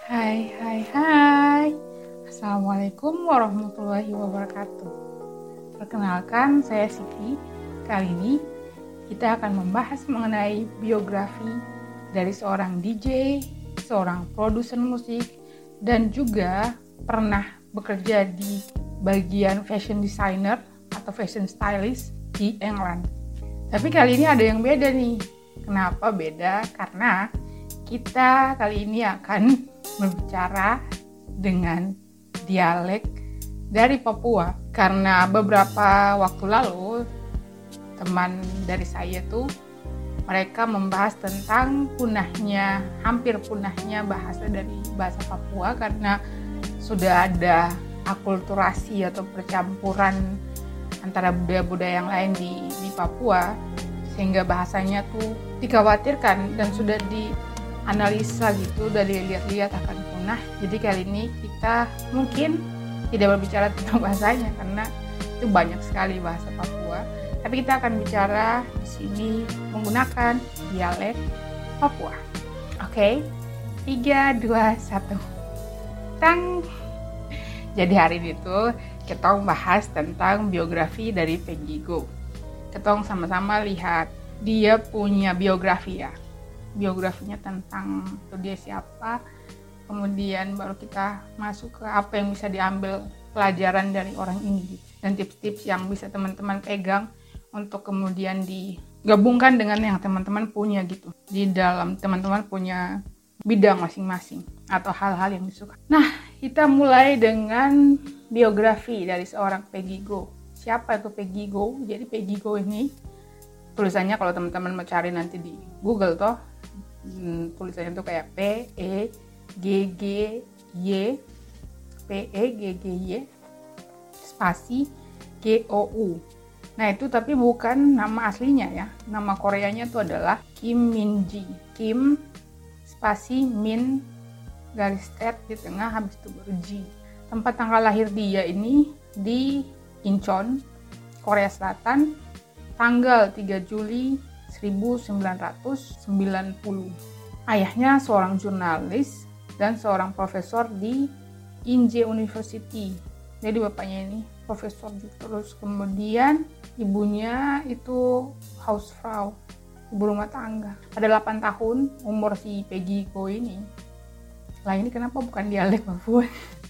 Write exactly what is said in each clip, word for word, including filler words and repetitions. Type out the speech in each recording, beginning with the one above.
Hai, hai, hai. Assalamualaikum warahmatullahi wabarakatuh. Perkenalkan, saya Siti. Kali ini kita akan membahas mengenai biografi dari seorang D J, seorang produser musik, dan juga pernah bekerja di bagian fashion designer atau fashion stylist di England. Tapi kali ini ada yang beda nih. Kenapa beda? Karena kita kali ini akan berbicara dengan dialek dari Papua, karena beberapa waktu lalu teman dari saya tuh mereka membahas tentang punahnya, hampir punahnya bahasa dari bahasa Papua karena sudah ada akulturasi atau percampuran antara budaya-budaya yang lain di, di Papua, sehingga bahasanya tuh dikhawatirkan dan sudah di analisa gitu, dari lihat-lihat akan punah. Jadi kali ini kita mungkin tidak berbicara tentang bahasanya karena itu banyak sekali bahasa Papua, tapi kita akan bicara di sini menggunakan dialek Papua. Oke, tiga, dua, satu, tang. Jadi hari ini tuh kita membahas tentang biografi dari Peggy Gou. Kita sama-sama lihat dia punya biografi ya. Biografinya tentang itu dia siapa, kemudian baru kita masuk ke apa yang bisa diambil pelajaran dari orang ini dan tips-tips yang bisa teman-teman pegang untuk kemudian digabungkan dengan yang teman-teman punya gitu, di dalam teman-teman punya bidang masing-masing atau hal-hal yang disuka. Nah, kita mulai dengan biografi dari seorang Peggy Gou. Siapa itu Peggy Gou? Jadi Peggy Gou ini tulisannya kalau teman-teman mau cari nanti di Google toh, Hmm, tulisannya tuh kayak P E G G Y P E G G Y spasi G O U. Nah itu tapi bukan nama aslinya ya. Nama Koreanya itu adalah Kim Min Ji. Kim spasi Min garis tet di tengah habis itu baru Ji. Tempat tanggal lahir dia ini di Incheon, Korea Selatan, tanggal tiga Juli seribu sembilan ratus sembilan puluh. Ayahnya seorang jurnalis dan seorang profesor di Inje University. Jadi bapaknya ini profesor juga. Terus kemudian ibunya itu hausfrau, ibu rumah tangga. Pada delapan tahun umur si Peggy Gou ini. Lah ini kenapa bukan dialek Papua?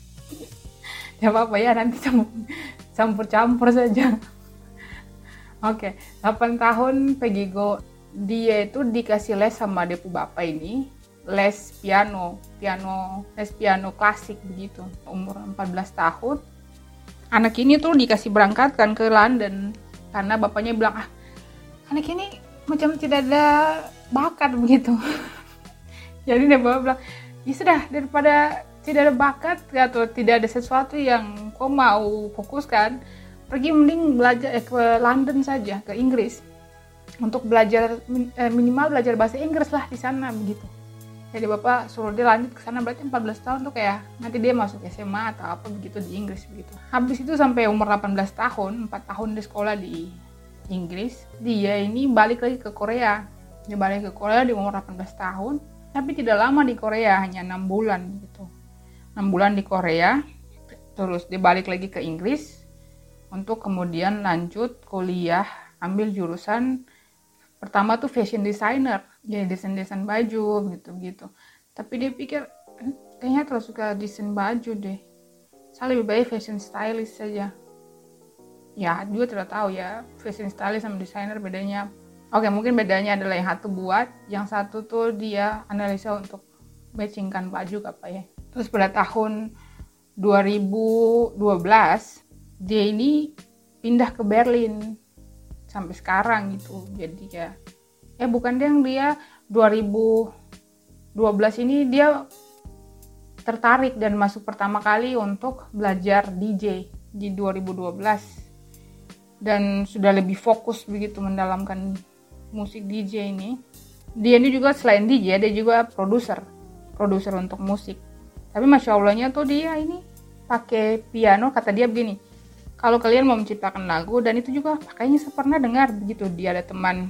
Ya apa-apa ya, nanti campur-campur saja. Oke, okay. delapan tahun Peggy Gou, dia itu dikasih les sama depu bapak ini, les piano, piano, les piano klasik begitu. Umur empat belas tahun, anak ini tuh dikasih berangkatkan ke London karena bapaknya bilang, ah anak ini macam tidak ada bakat begitu. Jadi dia bapak bilang, ya sudah, daripada tidak ada bakat atau tidak ada sesuatu yang kau mau fokuskan, pergi mending belajar eh, ke London saja, ke Inggris, untuk belajar eh, minimal belajar bahasa Inggris lah di sana begitu. Jadi bapak suruh dia lanjut ke sana, berarti empat belas tahun tuh kayak nanti dia masuk S M A atau apa begitu di Inggris begitu. Habis itu sampai umur delapan belas tahun, empat tahun di sekolah di Inggris, dia ini balik lagi ke Korea. Dia balik ke Korea di umur delapan belas tahun, tapi tidak lama di Korea, hanya enam bulan gitu. enam bulan di Korea, terus dia balik lagi ke Inggris untuk kemudian lanjut kuliah, ambil jurusan pertama tuh fashion designer, jadi desain-desain baju gitu-gitu. Tapi dia pikir eh, kayaknya terlalu suka desain baju deh, saya lebih baik fashion stylist saja. Ya juga tidak tahu ya fashion stylist sama desainer bedanya. Oke, mungkin bedanya adalah yang satu buat, yang satu tuh dia analisa untuk matchingkan baju apa ya. Terus pada tahun dua ribu dua belas dia ini pindah ke Berlin sampai sekarang gitu. Jadi ya eh bukan dia yang dia dua ribu dua belas ini dia tertarik dan masuk pertama kali untuk belajar D J di dua ribu dua belas dan sudah lebih fokus begitu mendalamkan musik D J ini. Dia ini juga selain D J dia juga produser produser untuk musik. Tapi masya Allahnya tuh dia ini pakai piano, kata dia begini, kalau kalian mau menciptakan lagu, dan itu juga pakainya saya pernah dengar begitu, dia ada teman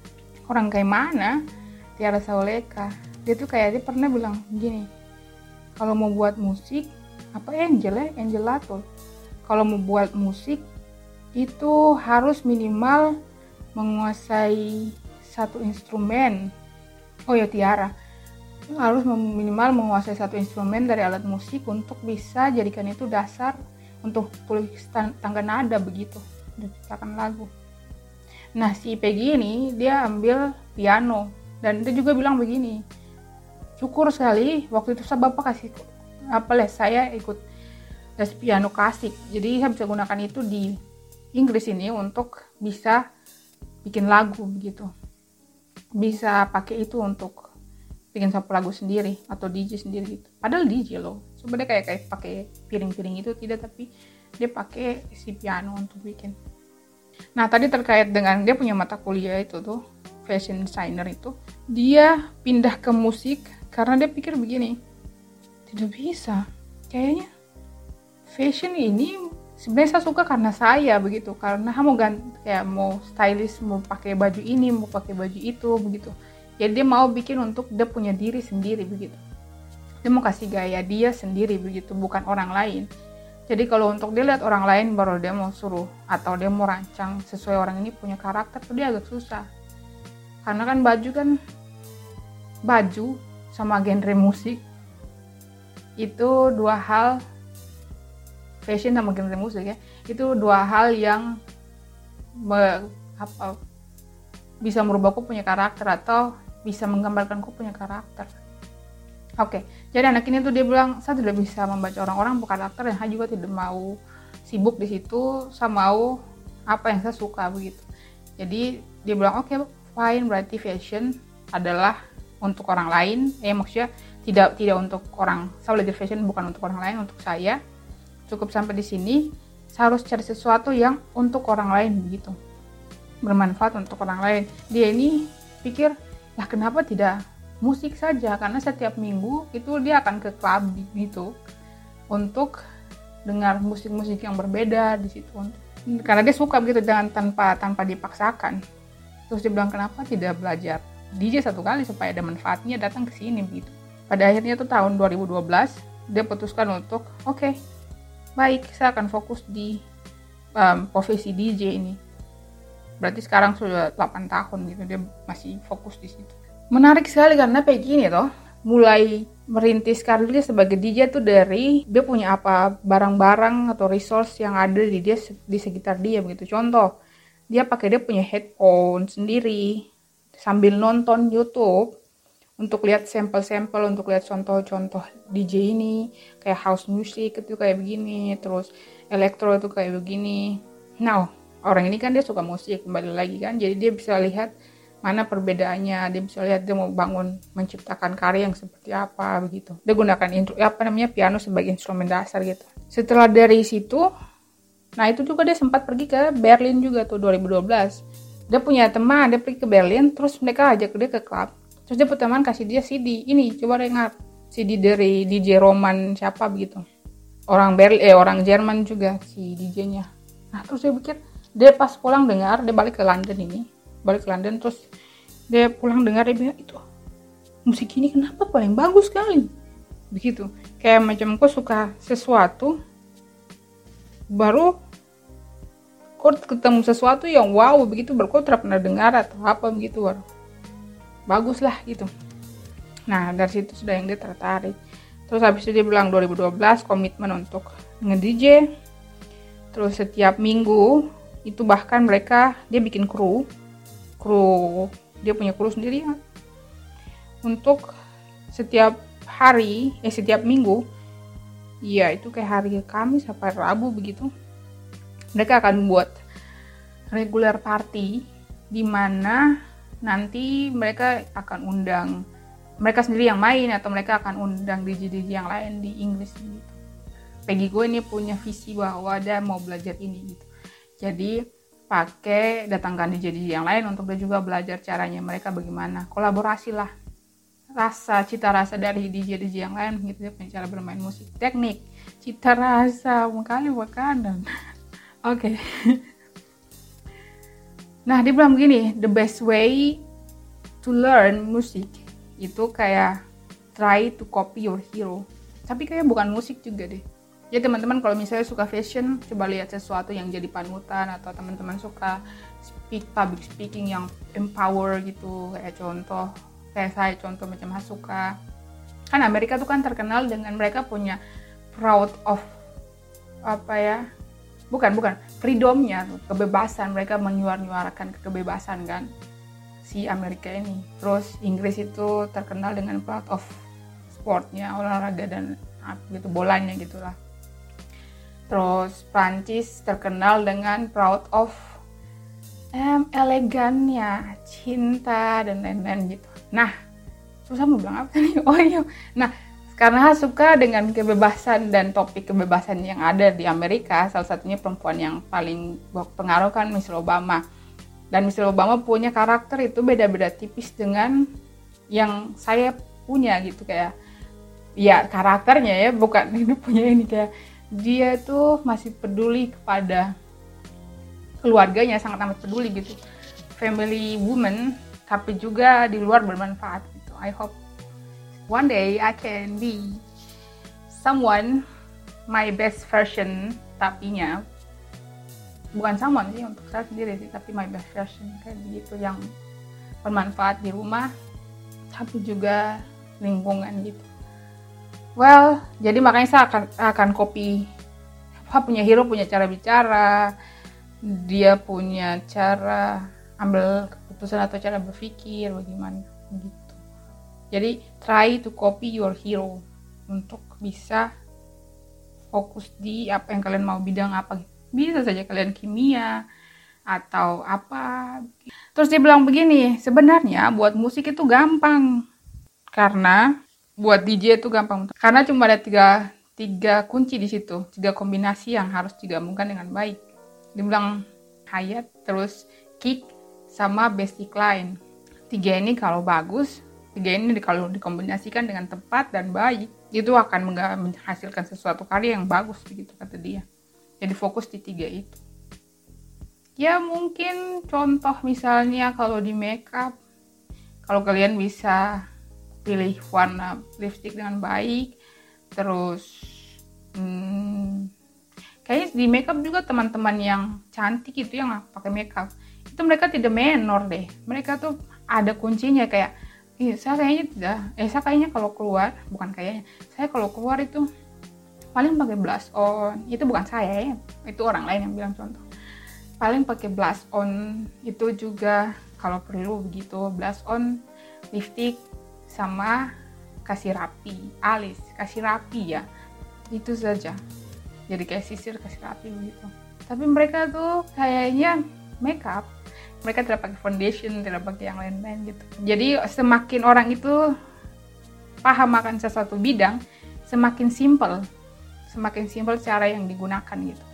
orang kayak mana, Tiara Sauleka, dia tuh kayak dia pernah bilang gini, Kalau mau buat musik, apa Angel ya? Angel Latul. Kalau mau buat musik, itu harus minimal menguasai satu instrumen. Oh ya, Tiara. Harus minimal menguasai satu instrumen dari alat musik untuk bisa jadikan itu dasar untuk tulis tangga nada begitu, menciptakan lagu. Nah, si Peggy ini dia ambil piano dan dia juga bilang begini, syukur sekali waktu itu saya bapak kasih apa les saya ikut les piano klasik, jadi saya bisa gunakan itu di Inggris ini untuk bisa bikin lagu begitu, bisa pakai itu untuk bikin satu lagu sendiri atau D J sendiri gitu. Padahal D J loh, sebenarnya kayak kayak pakai piring-piring itu tidak, tapi dia pakai si piano untuk bikin. Nah, tadi terkait dengan dia punya mata kuliah itu tuh, fashion designer itu, dia pindah ke musik karena dia pikir begini, tidak bisa, kayaknya fashion ini sebenarnya saya suka karena saya begitu, karena mau ganti kayak mau stylish, mau pakai baju ini, mau pakai baju itu begitu. Jadi dia mau bikin untuk dia punya diri sendiri begitu. Dia mau kasih gaya dia sendiri begitu, bukan orang lain. Jadi kalau untuk dia lihat orang lain baru dia mau suruh atau dia mau rancang sesuai orang ini punya karakter, tuh dia agak susah. Karena kan baju kan baju sama genre musik itu dua hal, fashion sama genre musik ya, itu dua hal yang me, apa, bisa merubahku punya karakter atau bisa menggambarkanku punya karakter. Oke, jadi anak ini tuh dia bilang, saya tidak bisa membaca orang-orang berkarakter dan saya juga tidak mau sibuk di situ, saya mau apa yang saya suka begitu. Jadi dia bilang oke, okay, fine, berarti fashion adalah untuk orang lain, eh maksudnya tidak tidak untuk orang, saya belajar fashion bukan untuk orang lain, untuk saya. Cukup sampai di sini, saya harus cari sesuatu yang untuk orang lain begitu, bermanfaat untuk orang lain. Dia ini pikir, lah kenapa tidak musik saja, karena setiap minggu itu dia akan ke klub gitu untuk dengar musik-musik yang berbeda di situ, karena dia suka begitu dengan tanpa tanpa dipaksakan. Terus dia bilang kenapa tidak belajar D J satu kali supaya ada manfaatnya datang ke sini begitu. Pada akhirnya tuh tahun dua ribu dua belas dia putuskan untuk oke, okay, baik, saya akan fokus di um, profesi D J ini. Berarti sekarang sudah delapan tahun gitu dia masih fokus di situ. Menarik sekali karena Peggy ini toh mulai merintis karir dia sebagai D J tuh dari dia punya apa barang-barang atau resource yang ada di dia di sekitar dia begitu. Contoh, dia pakai dia punya headphone sendiri sambil nonton YouTube untuk lihat sampel-sampel, untuk lihat contoh-contoh D J ini, kayak house music itu kayak begini, terus elektro itu kayak begini. Nah, orang ini kan dia suka musik kembali lagi kan, jadi dia bisa lihat mana perbedaannya, dia bisa lihat dia mau bangun menciptakan karya yang seperti apa begitu. Dia gunakan intro, apa namanya piano sebagai instrumen dasar gitu. Setelah dari situ, nah itu juga dia sempat pergi ke Berlin juga tuh dua ribu dua belas. Dia punya teman, dia pergi ke Berlin, terus mereka ajak dia ke klub. Terus dia teman kasih dia C D, ini coba dengar C D dari D J Roman siapa begitu. Orang Berlin, eh orang Jerman juga si D J-nya. Nah terus dia pikir, dia pas pulang dengar, dia balik ke London ini. balik ke London terus dia pulang dengar, dia bilang itu musik ini kenapa paling bagus sekali begitu, kayak macam kau suka sesuatu baru kau ketemu sesuatu yang wow begitu, baru kau tidak pernah dengar atau apa begitu, baru bagus lah gitu. Nah dari situ sudah yang dia tertarik. Terus habis itu dia bilang dua ribu dua belas komitmen untuk nge-D J, terus setiap minggu itu bahkan mereka dia bikin kru kru dia punya kru sendiri ya. Untuk setiap hari eh setiap minggu ya itu kayak hari Kamis sampai Rabu begitu mereka akan buat regular party di mana nanti mereka akan undang mereka sendiri yang main atau mereka akan undang D J D J yang lain di Inggris gitu. Peggy gue ini punya visi bahwa dia mau belajar ini gitu, jadi pakai datangkan D J D J yang lain untuk dia juga belajar caranya mereka bagaimana, kolaborasi lah, rasa cita rasa dari D J D J yang lain gitu, dia punya cara bermain musik, teknik, cita rasa mengkali makanan. Oke. Nah dia bilang begini, the best way to learn music itu kayak try to copy your hero. tapi kayak bukan musik juga deh. Ya teman-teman kalau misalnya suka fashion, coba lihat sesuatu yang jadi panutan, atau teman-teman suka speak public speaking yang empower gitu, kayak contoh kayak saya contoh macam Hasuka. Kan Amerika tuh kan terkenal dengan mereka punya proud of apa ya? Bukan, bukan, freedomnya, kebebasan, mereka menyuarakan kebebasan kan si Amerika ini. Terus Inggris itu terkenal dengan proud of sportnya, olahraga dan gitu, bolanya gitulah. Terus Prancis terkenal dengan proud of um, elegannya, cinta dan lain-lain gitu. Nah, susah mau bilang apa nih? Oh iya, nah karena suka dengan kebebasan dan topik kebebasan yang ada di Amerika, salah satunya perempuan yang paling berpengaruh kan Michelle Obama. Dan Michelle Obama punya karakter itu beda-beda tipis dengan yang saya punya gitu, kayak ya karakternya ya, bukan ini punya ini, kayak dia tuh masih peduli kepada keluarganya, sangat amat peduli gitu, family woman, tapi juga di luar bermanfaat gitu. I hope one day I can be someone, my best version, tapinya bukan someone sih, untuk saya sendiri sih, tapi my best version kayak gitu, yang bermanfaat di rumah tapi juga lingkungan gitu. Well, jadi makanya saya akan akan copy. Apa punya hero punya cara bicara, dia punya cara ambil keputusan atau cara berpikir bagaimana gitu. Jadi try to copy your hero untuk bisa fokus di apa yang kalian mau, bidang apa. Bisa saja kalian kimia atau apa. Terus dia bilang begini, sebenarnya buat musik itu gampang karena buat D J itu gampang karena cuma ada tiga, tiga kunci di situ, tiga kombinasi yang harus digabungkan dengan baik. Dia bilang hi-hat, terus kick, sama basic line. Tiga ini kalau bagus, tiga ini kalau dikombinasikan dengan tepat dan baik, itu akan menghasilkan sesuatu karya yang bagus begitu kata dia. Jadi fokus di tiga itu. Ya mungkin contoh misalnya kalau di makeup, kalau kalian bisa pilih warna lipstick dengan baik, terus hmm, kayaknya di makeup juga teman-teman yang cantik itu yang pakai makeup itu mereka tidak menor deh, mereka tuh ada kuncinya, kayak ih saya kayaknya tidak eh saya kayaknya kalau keluar bukan kayaknya saya kalau keluar itu paling pakai blush on, itu bukan saya ya, itu orang lain yang bilang contoh, paling pakai blush on itu juga kalau perlu begitu, blush on, lipstick, sama kasih rapi, alis kasih rapi ya, itu saja. Jadi kayak sisir kasih rapi begitu. Tapi mereka tuh kayaknya makeup, mereka tidak pakai foundation, tidak pakai yang lain-lain gitu. Jadi semakin orang itu paham akan sesuatu bidang, semakin simple, semakin simple cara yang digunakan gitu.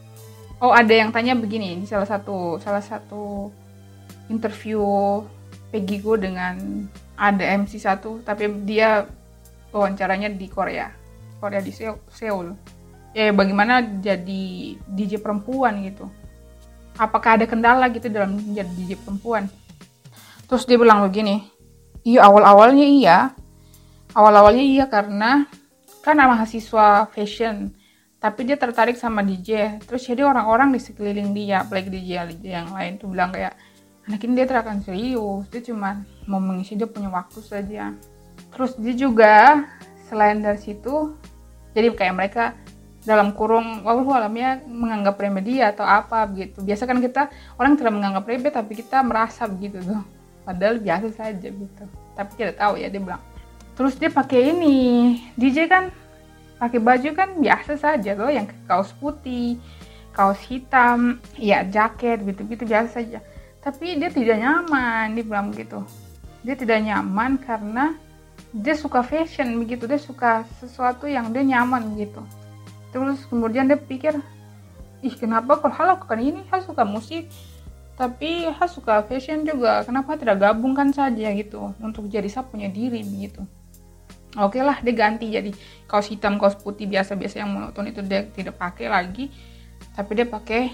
Oh ada yang tanya begini, di salah satu salah satu interview Peggy Go dengan ada M C satu, tapi dia wawancaranya di Korea, Korea di Seoul. Ya bagaimana jadi D J perempuan gitu. Apakah ada kendala gitu dalam menjadi D J perempuan? Terus dia bilang begini, iya awal-awalnya iya, awal-awalnya iya karena kan mahasiswa fashion, tapi dia tertarik sama D J. Terus jadi orang-orang di sekeliling dia, apalagi D J D J yang lain tuh bilang kayak, anak ini dia terakan serius, dia cuma mau mengisi, dia punya waktu saja. Terus dia juga selain dari situ, jadi kayak mereka dalam kurung wallahu alamnya menganggap remeh dia atau apa begitu. Biasa kan kita orang tidak menganggap remeh tapi kita merasa begitu tuh. Padahal biasa saja gitu. Tapi tidak tahu ya dia bilang. Terus dia pakai ini, D J kan pakai baju kan biasa saja tuh, yang kaos putih, kaos hitam, ya jaket gitu-gitu biasa saja. Tapi dia tidak nyaman, dia bilang gitu. Dia tidak nyaman karena dia suka fashion begitu, dia suka sesuatu yang dia nyaman gitu. Terus kemudian dia pikir, ih kenapa kalau hal lakukan ini, hal suka musik, tapi hal suka fashion juga, kenapa tidak gabungkan saja gitu, untuk jadi saya punya diri begitu. Oke lah, dia ganti jadi kaos hitam, kaos putih biasa-biasa yang monoton itu dia tidak pakai lagi, tapi dia pakai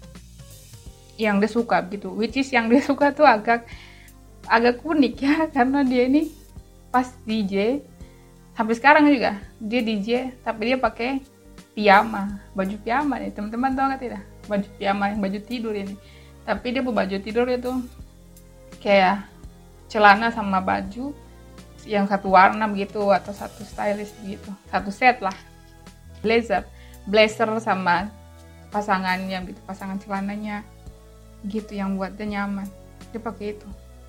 yang dia suka gitu, which is yang dia suka tuh agak agak unik ya, karena dia ini pas D J Sampai sekarang juga dia D J, tapi dia pakai piyama, baju piyama nih teman-teman, tahu nggak tidak? Baju piyama yang baju tidur ini. Tapi dia baju tidur itu kayak celana sama baju yang satu warna begitu atau satu stylish begitu, satu set lah. Blazer, blazer sama pasangannya gitu, pasangan celananya gitu yang buat dia nyaman. Dia pakai itu.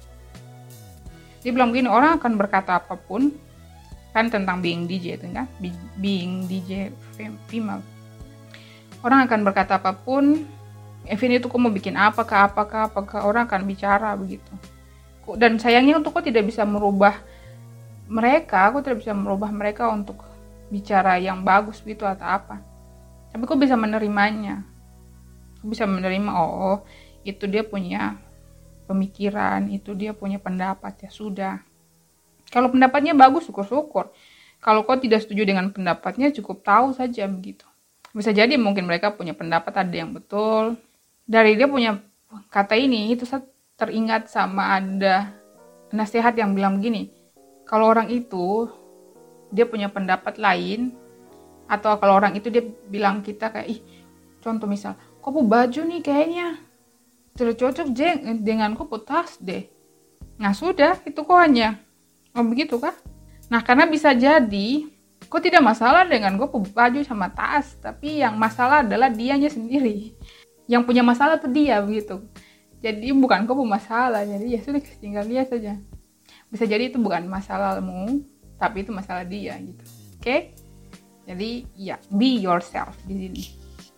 Dia bilang begini, orang akan berkata apapun kan tentang being D J itu kan, being D J female. Orang akan berkata apapun, event itu kok mau bikin apakah apakah apakah orang akan bicara begitu. Dan sayangnya untuk kok tidak bisa merubah mereka, aku tidak bisa merubah mereka untuk bicara yang bagus gitu atau apa. Tapi kok bisa menerimanya. Aku bisa menerima, oh itu dia punya pemikiran, itu dia punya pendapat, ya sudah. Kalau pendapatnya bagus, syukur-syukur. Kalau kau tidak setuju dengan pendapatnya, cukup tahu saja begitu. Bisa jadi mungkin mereka punya pendapat ada yang betul. Dari dia punya kata ini, itu saya teringat sama ada nasihat yang bilang begini, kalau orang itu dia punya pendapat lain, atau kalau orang itu dia bilang kita kayak, ih contoh misal, kok baju nih kayaknya tidak cocok jeng dengan kok tas deh. Nah sudah, itu kok hanya oh begitu kah? Nah karena bisa jadi kok tidak masalah dengan gue baju sama tas, tapi yang masalah adalah dianya sendiri. Yang punya masalah tuh dia begitu. Jadi bukan kau masalah, jadi ya sudah tinggal lihat saja. Bisa jadi itu bukan masalahmu, tapi itu masalah dia gitu. Oke? Okay? Jadi ya, be yourself di sini.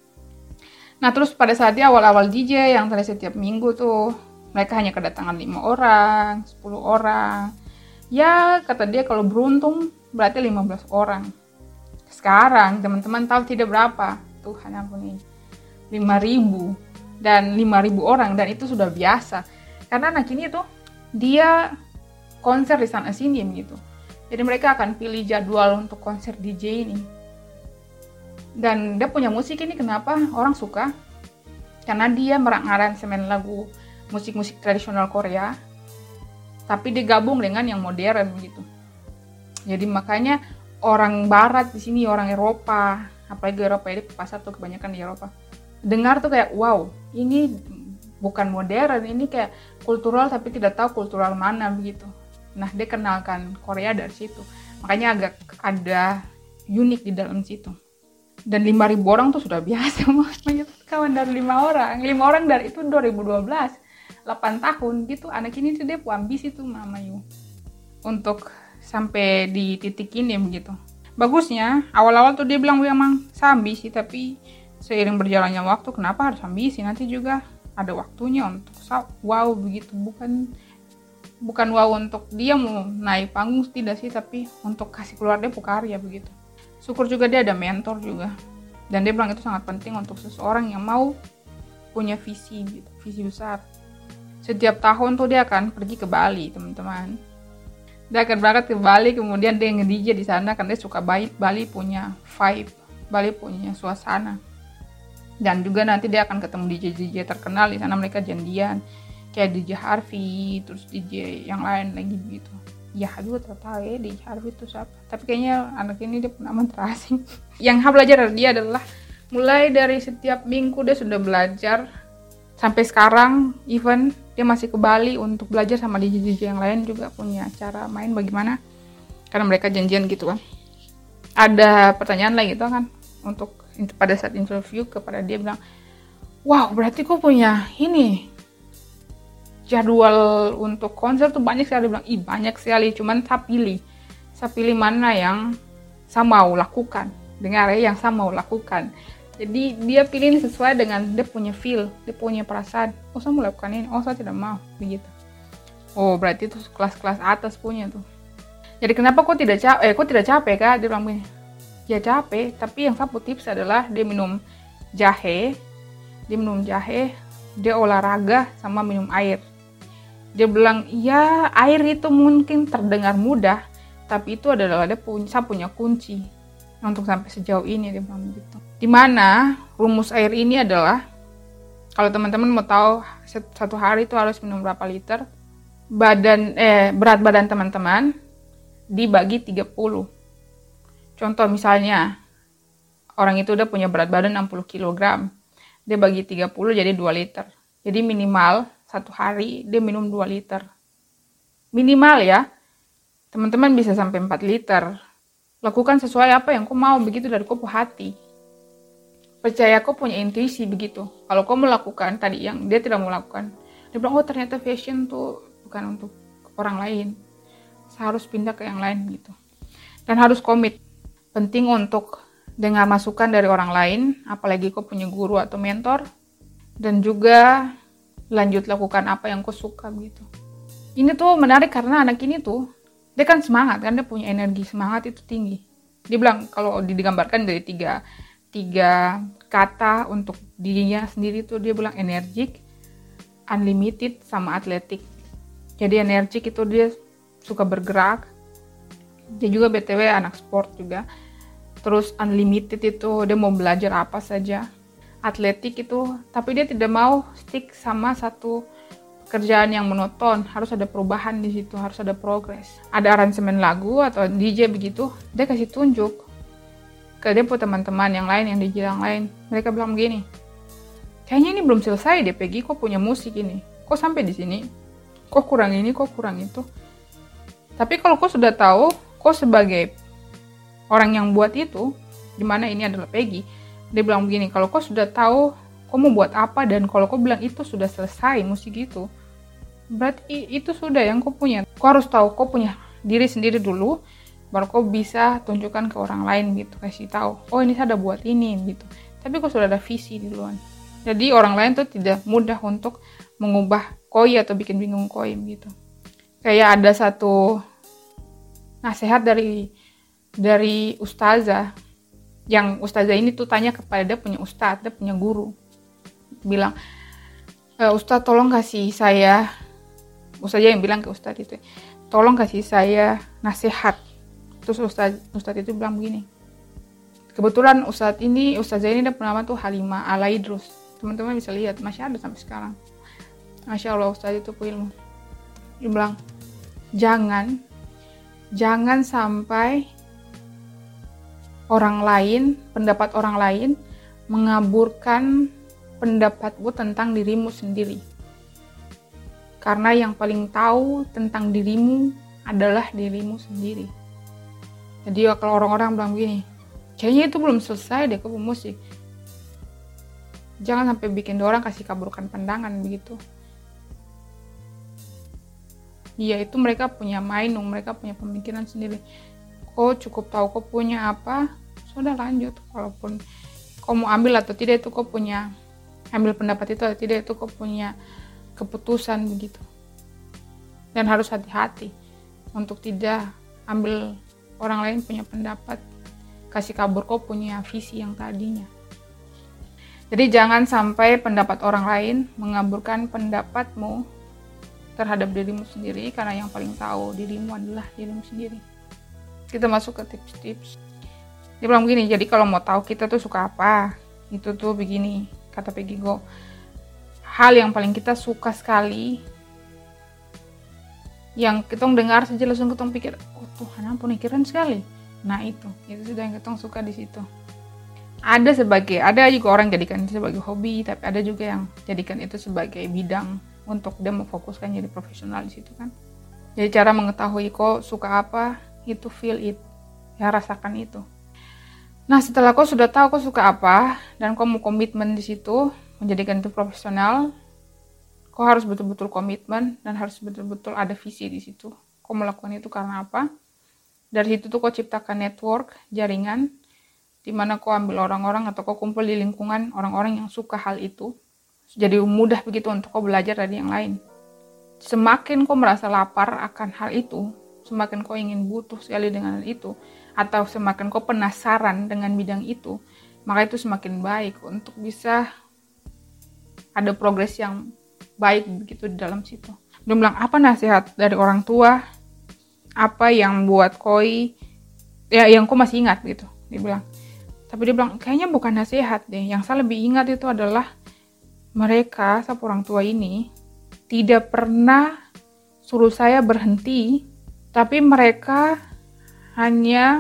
Nah terus pada saat dia awal-awal D J yang tadi setiap minggu tuh mereka hanya kedatangan lima orang, sepuluh orang. Ya kata dia kalau beruntung berarti lima belas orang. Sekarang teman-teman tahu tidak berapa? Tuhan ampuni, lima ribu dan lima ribu orang, dan itu sudah biasa. Karena anak ini tuh dia konser di sana sini gitu. Jadi mereka akan pilih jadwal untuk konser D J ini. Dan dia punya musik ini kenapa orang suka? Karena dia mengaransemen lagu musik-musik tradisional Korea, tapi digabung dengan yang modern gitu. Jadi makanya orang Barat di sini, orang Eropa, apalagi Eropa ini pasar tuh kebanyakan di Eropa, dengar tuh kayak wow, ini bukan modern, ini kayak kultural tapi tidak tahu kultural mana begitu. Nah dia kenalkan Korea dari situ, makanya agak ada unik di dalam situ. Dan lima ribu orang tuh sudah biasa, kawan dari lima orang, lima orang dari itu dua ribu dua belas, delapan tahun gitu. Anak ini tuh dia ambisi tuh Mama Yu untuk sampai di titik ini begitu. Bagusnya awal-awal tuh dia bilang memang saya ambisi, tapi seiring berjalannya waktu kenapa harus ambisi, nanti juga ada waktunya untuk wow begitu. Bukan bukan wow untuk dia mau naik panggung tidak sih, tapi untuk kasih keluar dia karya begitu. Syukur juga dia ada mentor juga, dan dia bilang itu sangat penting untuk seseorang yang mau punya visi gitu, visi besar. Setiap tahun tuh dia akan pergi ke Bali teman-teman. Dia akan berangkat ke Bali, kemudian dia nge-D J di sana karena dia suka Bali. Bali punya vibe, Bali punya suasana. Dan juga nanti dia akan ketemu D J-D J terkenal di sana, mereka janjian kayak D J Harvey, terus D J yang lain lagi gitu. Ya juga tertawa ya D J Harvey itu siapa, tapi kayaknya anak ini dia pengaman terasing. Yang harus belajar dari dia adalah mulai dari setiap minggu dia sudah belajar sampai sekarang, even dia masih ke Bali untuk belajar sama D J-D J yang lain juga punya cara main bagaimana, karena mereka janjian gitu kan. Ada pertanyaan lagi gitu kan untuk pada saat interview kepada dia, bilang wow berarti kok punya ini jadwal untuk konser tuh banyak sekali. Dia bilang ih banyak sekali, cuman saya pilih saya pilih mana yang saya mau lakukan. Dengar ya, yang saya mau lakukan. Jadi dia pilih sesuai dengan dia punya feel, dia punya perasaan. Oh saya mau lakukan ini, oh saya tidak mau begitu. Oh berarti itu kelas-kelas atas punya tuh. Jadi kenapa kok tidak capek? Eh kok tidak capek kak? Dia bilang begini, ya capek, tapi yang satu tips adalah dia minum jahe, dia minum jahe, dia olahraga sama minum air. Dia bilang, ya air itu mungkin terdengar mudah, tapi itu adalah dia punya, saya punya kunci untuk sampai sejauh ini, dia bilang begitu. Dimana rumus air ini adalah, kalau teman-teman mau tahu satu hari itu harus minum berapa liter, badan eh berat badan teman-teman dibagi tiga puluh. Contoh misalnya, orang itu udah punya berat badan enam puluh kilogram. Dia bagi tiga puluh jadi dua liter. Jadi minimal satu hari dia minum dua liter. Minimal ya. Teman-teman bisa sampai empat liter. Lakukan sesuai apa yang kau mau, begitu dari kau hati. Percaya kau punya intuisi begitu. Kalau kau melakukan tadi yang dia tidak mau lakukan, dia bilang, oh ternyata fashion tuh bukan untuk orang lain. Saya harus pindah ke yang lain gitu. Dan harus komit. Penting untuk dengar masukan dari orang lain, apalagi kau punya guru atau mentor. Dan juga lanjut lakukan apa yang kau suka gitu. Ini tuh menarik karena anak ini tuh, dia kan semangat kan, dia punya energi, semangat itu tinggi. Dia bilang kalau digambarkan dari tiga tiga kata untuk dirinya sendiri tuh, dia bilang energik, unlimited, sama atletik. Jadi energik itu dia suka bergerak. Dia juga B T W anak sport juga. Terus unlimited itu dia mau belajar apa saja. Atletik itu, tapi dia tidak mau stick sama satu pekerjaan yang monoton, harus ada perubahan di situ, harus ada progres. Ada aransemen lagu atau D J begitu, dia kasih tunjuk ke dia pun teman-teman yang lain yang di yang lain. Mereka bilang begini, kayaknya ini belum selesai deh Peggy, kok punya musik ini, kok sampai di sini, kok kurang ini, kok kurang itu. Tapi kalau kau sudah tahu, kau sebagai orang yang buat itu, dimana ini adalah Peggy, dia bilang begini, kalau kau sudah tahu kau mau buat apa, dan kalau kau bilang itu sudah selesai musik itu, berarti itu sudah yang kau punya. Kau harus tahu kau punya diri sendiri dulu, baru kau bisa tunjukkan ke orang lain gitu, kasih tahu, oh ini saya udah buat ini gitu. Tapi kau sudah ada visi duluan. Jadi orang lain tuh tidak mudah untuk mengubah koi atau bikin bingung koi gitu. Kayak ada satu nasihat dari dari ustazah, yang ustazah ini tuh tanya kepada dia punya ustadz, dia punya guru, bilang, e, Ustadz tolong kasih saya, ustazah yang bilang ke ustadz itu, tolong kasih saya nasihat. Terus ustadz, ustadz itu bilang begini, kebetulan ustadz ini, ustazah ini dia bernama tuh Halimah Al-Aidrus, teman-teman bisa lihat, masih ada sampai sekarang. Masya Allah, ustadz itu ilmu. Dia bilang, jangan jangan sampai orang lain, pendapat orang lain mengaburkan pendapatmu tentang dirimu sendiri. Karena yang paling tahu tentang dirimu adalah dirimu sendiri. Jadi kalau orang-orang bilang begini, kayaknya itu belum selesai deh ke musik. Jangan sampai bikin orang kasih kaburkan pandangan begitu. Iya, itu mereka punya mindung, mereka punya pemikiran sendiri. Kau cukup tahu kau punya apa, sudah lanjut. Walaupun kau mau ambil atau tidak, itu kau punya, ambil pendapat itu atau tidak, itu kau punya keputusan begitu. Dan harus hati-hati untuk tidak ambil orang lain punya pendapat, kasih kabur kau punya visi yang tadinya. Jadi jangan sampai pendapat orang lain mengaburkan pendapatmu terhadap dirimu sendiri, karena yang paling tahu dirimu adalah dirimu sendiri. Kita masuk ke tips-tips. Dia bilang begini, jadi kalau mau tahu kita tuh suka apa, itu tuh begini, kata Peggy Go. Hal yang paling kita suka sekali, yang kita dengar saja langsung kita pikir, oh Tuhan ampun, keren sekali. Nah itu, itu sudah yang kita suka di situ. Ada sebagai, ada juga orang jadikan itu sebagai hobi, tapi ada juga yang jadikan itu sebagai bidang untuk dia memfokuskan jadi profesional di situ kan. Jadi cara mengetahui kok suka apa, itu feel it, ya rasakan itu. Nah setelah kau sudah tahu kau suka apa dan kau mau komitmen di situ, menjadikan itu profesional, kau harus betul-betul komitmen dan harus betul-betul ada visi di situ. Kau melakukan itu karena apa? Dari situ tuh kau ciptakan network, jaringan, di mana kau ambil orang-orang atau kau kumpul di lingkungan orang-orang yang suka hal itu. Jadi mudah begitu untuk kau belajar dari yang lain. Semakin kau merasa lapar akan hal itu, semakin kau ingin butuh sekali dengan hal itu, atau semakin kau penasaran dengan bidang itu, maka itu semakin baik untuk bisa ada progres yang baik begitu di dalam situ. Dia bilang, apa nasihat dari orang tua, apa yang buat koi, ya yang kau masih ingat gitu, dia bilang. Tapi dia bilang, kayaknya bukan nasihat deh, yang saya lebih ingat itu adalah mereka, satu orang tua ini, tidak pernah suruh saya berhenti, tapi mereka hanya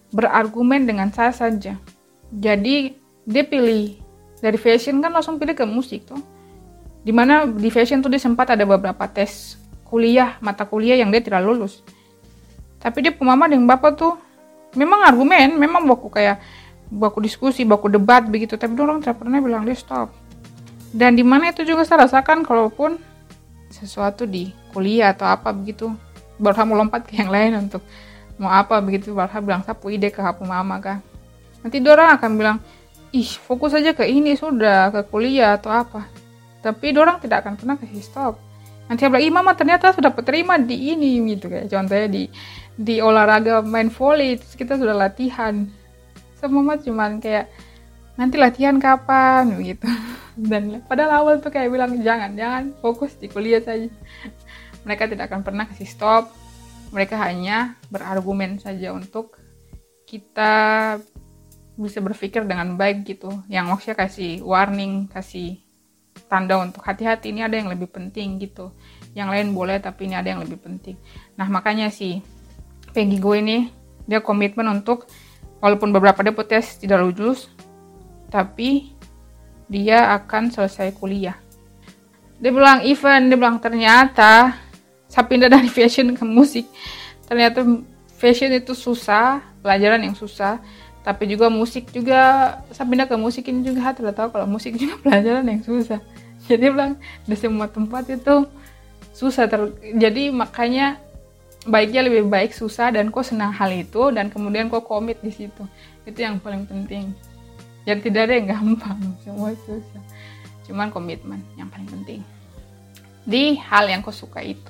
berargumen dengan saya saja. Jadi dia pilih dari fashion kan langsung pilih ke musik tuh. Dimana di fashion tuh dia sempat ada beberapa tes kuliah, mata kuliah yang dia tidak lulus. Tapi dia pemama dengan bapak tuh memang argumen, memang baku kayak baku diskusi, baku debat begitu. Tapi orang tidak pernah bilang dia stop. Dan dimana itu juga saya rasakan kalaupun sesuatu di kuliah atau apa begitu, baru mau lompat ke yang lain untuk mau apa begitu, baru bilang sapu ide ke hapu mama kah. Nanti orang akan bilang, ih fokus aja ke ini sudah, ke kuliah atau apa. Tapi orang tidak akan pernah kasih stop. Nanti dia bilang, ih mama ternyata sudah terima di ini gitu, kayak contohnya di di olahraga main volley, terus kita sudah latihan. So mama cuman kayak, nanti latihan kapan gitu. Dan padahal awal tuh kayak bilang, jangan, jangan fokus di kuliah saja. Mereka tidak akan pernah kasih stop. Mereka hanya berargumen saja untuk kita bisa berpikir dengan baik gitu. Yang maksudnya kasih warning, kasih tanda untuk hati-hati, ini ada yang lebih penting gitu. Yang lain boleh tapi ini ada yang lebih penting. Nah makanya si Peggy Go ini dia komitmen untuk walaupun beberapa dia tes tidak lulus, tapi dia akan selesai kuliah. Dia bilang even, dia bilang ternyata saya pindah dari fashion ke musik. Ternyata fashion itu susah, pelajaran yang susah. Tapi juga musik juga, saya pindah ke musik ini juga tidak tahu kalau musik juga pelajaran yang susah. Jadi dia bilang di semua tempat itu susah. Ter- jadi makanya baiknya lebih baik susah dan kau senang hal itu dan kemudian kau komit di situ. Itu yang paling penting. Jadi tidak ada yang gampang, semua susah. Cuman komitmen yang paling penting di hal yang kau suka itu.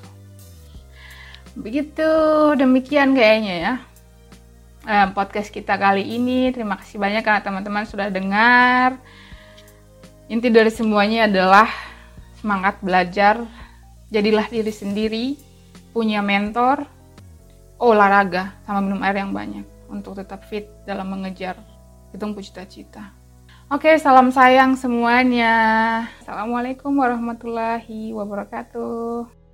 Begitu, demikian kayaknya ya eh, podcast kita kali ini. Terima kasih banyak karena teman-teman sudah dengar. Inti dari semuanya adalah semangat belajar, jadilah diri sendiri, punya mentor, olahraga, sama minum air yang banyak untuk tetap fit dalam mengejar hitung cita-cita. Oke, salam sayang semuanya. Assalamualaikum warahmatullahi wabarakatuh.